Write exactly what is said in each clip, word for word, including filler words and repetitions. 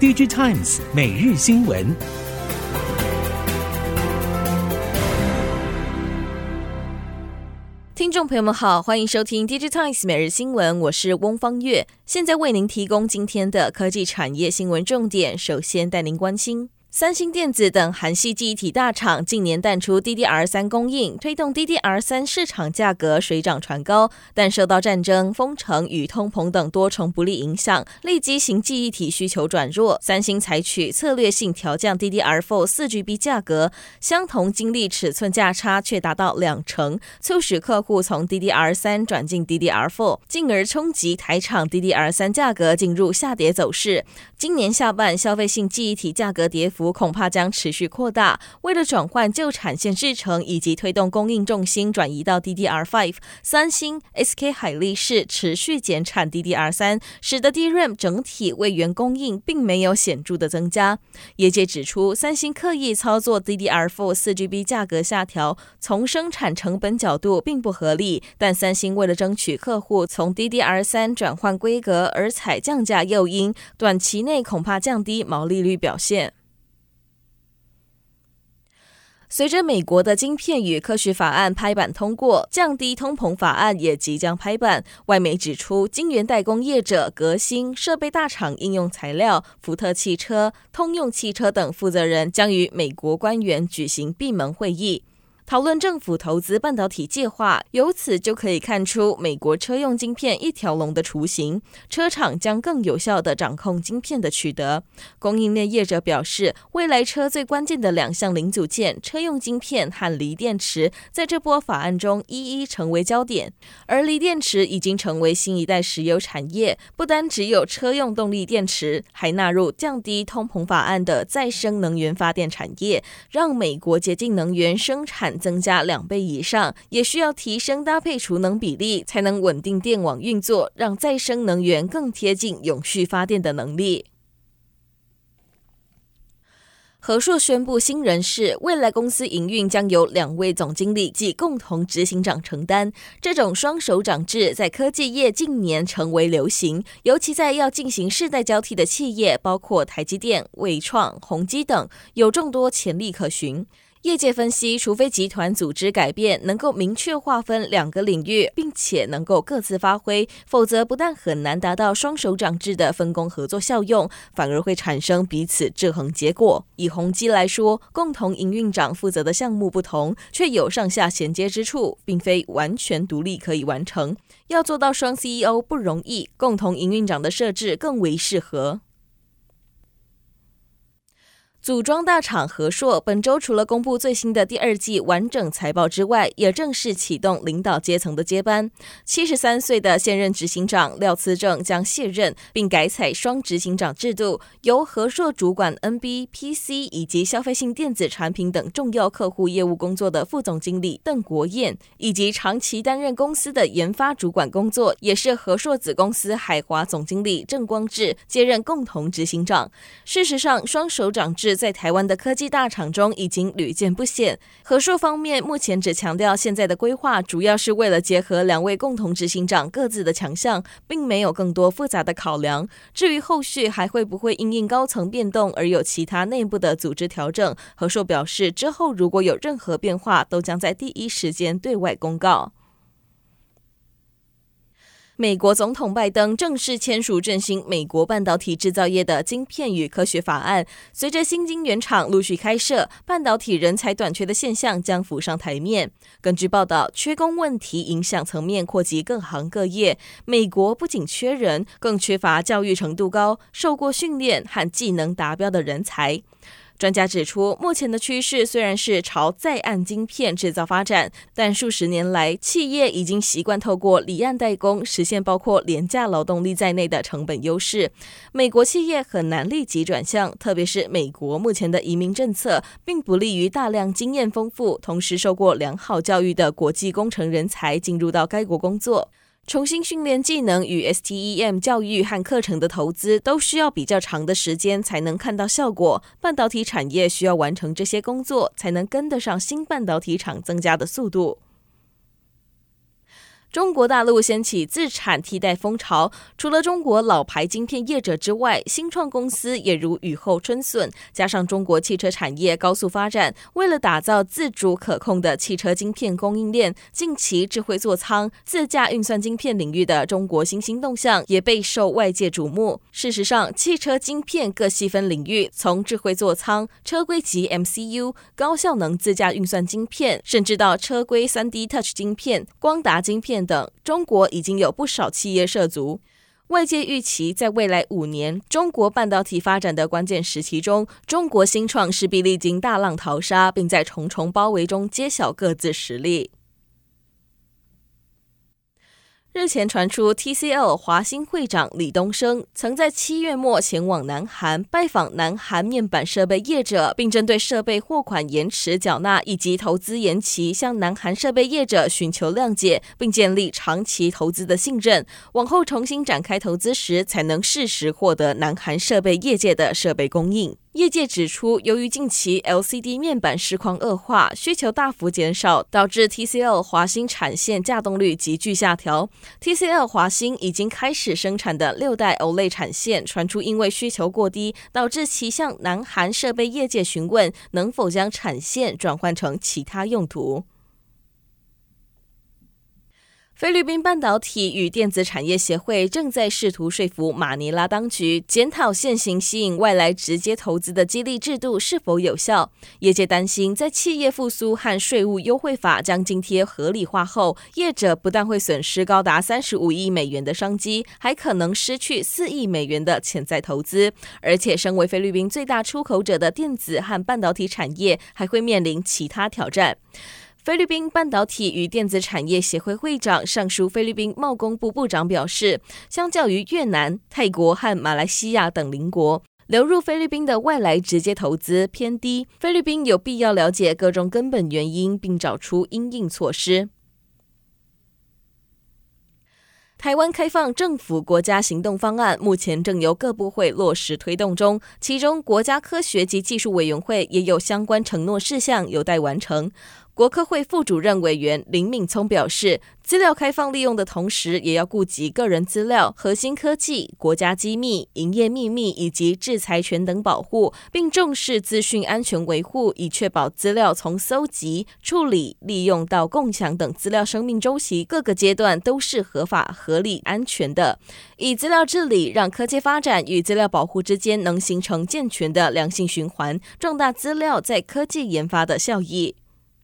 D J Times 每日新闻。 听众朋友们好，欢迎收听 D J Times 每日新闻，我是翁方月，现在为您提供今天的科技产业新闻重点。首先带您关心三星电子等韩系记忆体大厂近年淡出 D D R 三 供应，推动 D D R 三 市场价格水涨船高，但受到战争、封城与通膨等多重不利影响，立基型记忆体需求转弱。三星采取策略性调降 D D R 四 四 G B 价格，相同晶粒尺寸价差却达到两成，促使客户从 D D R 三 转进 D D R 四，进而冲击台厂 D D R 三 价格进入下跌走势。今年下半消费性记忆体价格跌幅恐怕将持续扩大，为了转换旧产线制程以及推动供应重心转移到 D D R 五， 三星、S K 海力士持续减产 D D R 三， 使得 D RAM 整体位元供应并没有显著的增加。业界指出，三星刻意操作 D D R 四 四 G B 价格下调，从生产成本角度并不合理，但三星为了争取客户从 D D R 三 转换规格而采降价诱因，短期内恐怕降低毛利率表现。随着美国的晶片与科学法案拍板通过，降低通膨法案也即将拍板。外媒指出，晶圆代工业者、革新、设备大厂应用材料、福特汽车、通用汽车等负责人将与美国官员举行闭门会议，讨论政府投资半导体计划。由此就可以看出美国车用晶片一条龙的雏形，车厂将更有效地掌控晶片的取得。供应链业者表示，未来车最关键的两项零组件车用晶片和锂电池在这波法案中一一成为焦点，而锂电池已经成为新一代石油产业，不单只有车用动力电池，还纳入降低通膨法案的再生能源发电产业，让美国洁净能源生产增加两倍以上，也需要提升搭配储能比例，才能稳定电网运作，让再生能源更贴近永续发电的能力。和硕宣布新人事，未来公司营运将由两位总经理及共同执行长承担。这种双手掌制在科技业近年成为流行，尤其在要进行世代交替的企业，包括台积电、伟创、宏基等，有众多潜力可循。业界分析，除非集团组织改变，能够明确划分两个领域，并且能够各自发挥，否则不但很难达到双手掌制的分工合作效用，反而会产生彼此制衡结果。以宏基来说，共同营运长负责的项目不同，却有上下衔接之处，并非完全独立可以完成。要做到双 C E O 不容易，共同营运长的设置更为适合。组装大厂和硕本周除了公布最新的第二季完整财报之外，也正式启动领导阶层的接班。七十三岁的现任执行长廖思正将卸任，并改采双执行长制度，由和硕主管 N B、P C 以及消费性电子产品等重要客户业务工作的副总经理邓国彦，以及长期担任公司的研发主管工作，也是和硕子公司海华总经理郑光志接任共同执行长。事实上，双手掌制在台湾的科技大厂中已经屡见不鲜。和硕方面目前只强调现在的规划主要是为了结合两位共同执行长各自的强项，并没有更多复杂的考量。至于后续还会不会因应高层变动而有其他内部的组织调整，和硕表示之后如果有任何变化，都将在第一时间对外公告。美国总统拜登正式签署振兴美国半导体制造业的晶片与科学法案，随着新晶圆厂陆续开设，半导体人才短缺的现象将浮上台面。根据报道，缺工问题影响层面扩及各行各业，美国不仅缺人，更缺乏教育程度高、受过训练和技能达标的人才。专家指出，目前的趋势虽然是朝在岸晶片制造发展，但数十年来，企业已经习惯透过离岸代工实现包括廉价劳动力在内的成本优势。美国企业很难立即转向，特别是美国目前的移民政策，并不利于大量经验丰富、同时受过良好教育的国际工程人才进入到该国工作。重新训练技能与 S T E M 教育和课程的投资都需要比较长的时间才能看到效果，半导体产业需要完成这些工作，才能跟得上新半导体厂增加的速度。 中国大陆掀起自产替代风潮，除了中国老牌晶片业者之外，新创公司也如雨后春笋。加上中国汽车产业高速发展，为了打造自主可控的汽车晶片供应链，近期智慧座舱、自驾运算晶片领域的中国新兴动向也备受外界瞩目。事实上，汽车晶片各细分领域，从智慧座舱、车规级 M C U、高效能自驾运算晶片，甚至到车规 三 D Touch 晶片、光达晶片等，中国已经有不少企业涉足。外界预期，在未来五年，中国半导体发展的关键时期中，中国新创势必历经大浪淘沙，并在重重包围中揭晓各自实力。日前传出 T C L 华兴会长李东生曾在七月末前往南韩拜访南韩面板设备业者，并针对设备货款延迟缴纳以及投资延期向南韩设备业者寻求谅解，并建立长期投资的信任，往后重新展开投资时才能适时获得南韩设备业界的设备供应。业界指出，由于近期 L C D 面板市况恶化，需求大幅减少，导致 T C L 华兴产线稼动率急剧下调。T C L 华兴已经开始生产的六代 O L E D 产线传出因为需求过低，导致其向南韩设备业界询问能否将产线转换成其他用途。菲律宾半导体与电子产业协会正在试图说服马尼拉当局检讨现行吸引外来直接投资的激励制度是否有效。业界担心，在企业复苏和税务优惠法将津贴合理化后，业者不但会损失高达三十五亿美元的商机，还可能失去四亿美元的潜在投资。而且，身为菲律宾最大出口者的电子和半导体产业，还会面临其他挑战。菲律宾半导体与电子产业协会会长、上书菲律宾贸工部部长表示，相较于越南、泰国和马来西亚等邻国，流入菲律宾的外来直接投资偏低，菲律宾有必要了解各种根本原因，并找出因应措施。台湾开放政府国家行动方案目前正由各部会落实推动中，其中国家科学及技术委员会也有相关承诺事项有待完成。国科会副主任委员林敏聪表示，资料开放利用的同时，也要顾及个人资料、核心科技、国家机密、营业秘密以及制裁权等保护，并重视资讯安全维护，以确保资料从搜集、处理、利用到共享等资料生命周期各个阶段都是合法、合理、安全的。以资料治理让科技发展与资料保护之间能形成健全的良性循环，壮大资料在科技研发的效益。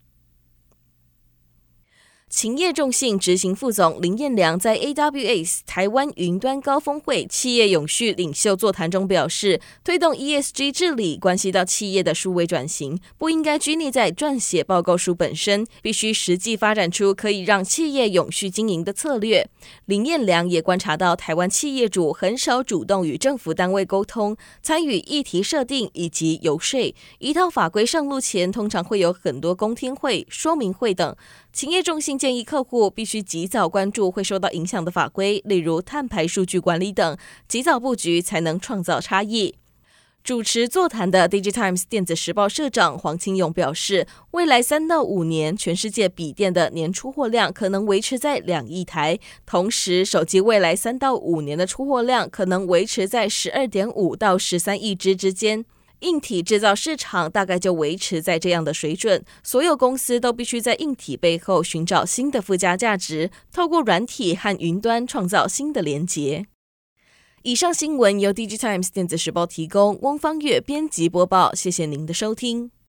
勤业众信执行副总林彦良在 A W S 台湾云端高峰会企业永续领袖座谈中表示，推动 E S G 治理关系到企业的数位转型，不应该拘泥在撰写报告书本身，必须实际发展出可以让企业永续经营的策略。林彦良也观察到，台湾企业主很少主动与政府单位沟通，参与议题设定以及游说。一套法规上路前，通常会有很多公听会、说明会等。勤业众信建议客户必须及早关注会受到影响的法规，例如碳排数据管理等，及早布局才能创造差异。主持座谈的 Digitimes 电子时报社长黄清勇表示，未来三到五年，全世界笔电的年出货量可能维持在两亿台，同时手机未来三到五年的出货量可能维持在 十二点五到十三亿只之间。硬体制造市场大概就维持在这样的水准，所有公司都必须在硬体背后寻找新的附加价值，透过软体和云端创造新的连结。以上新闻由 Digitimes 电子时报提供，翁方月编辑播报，谢谢您的收听。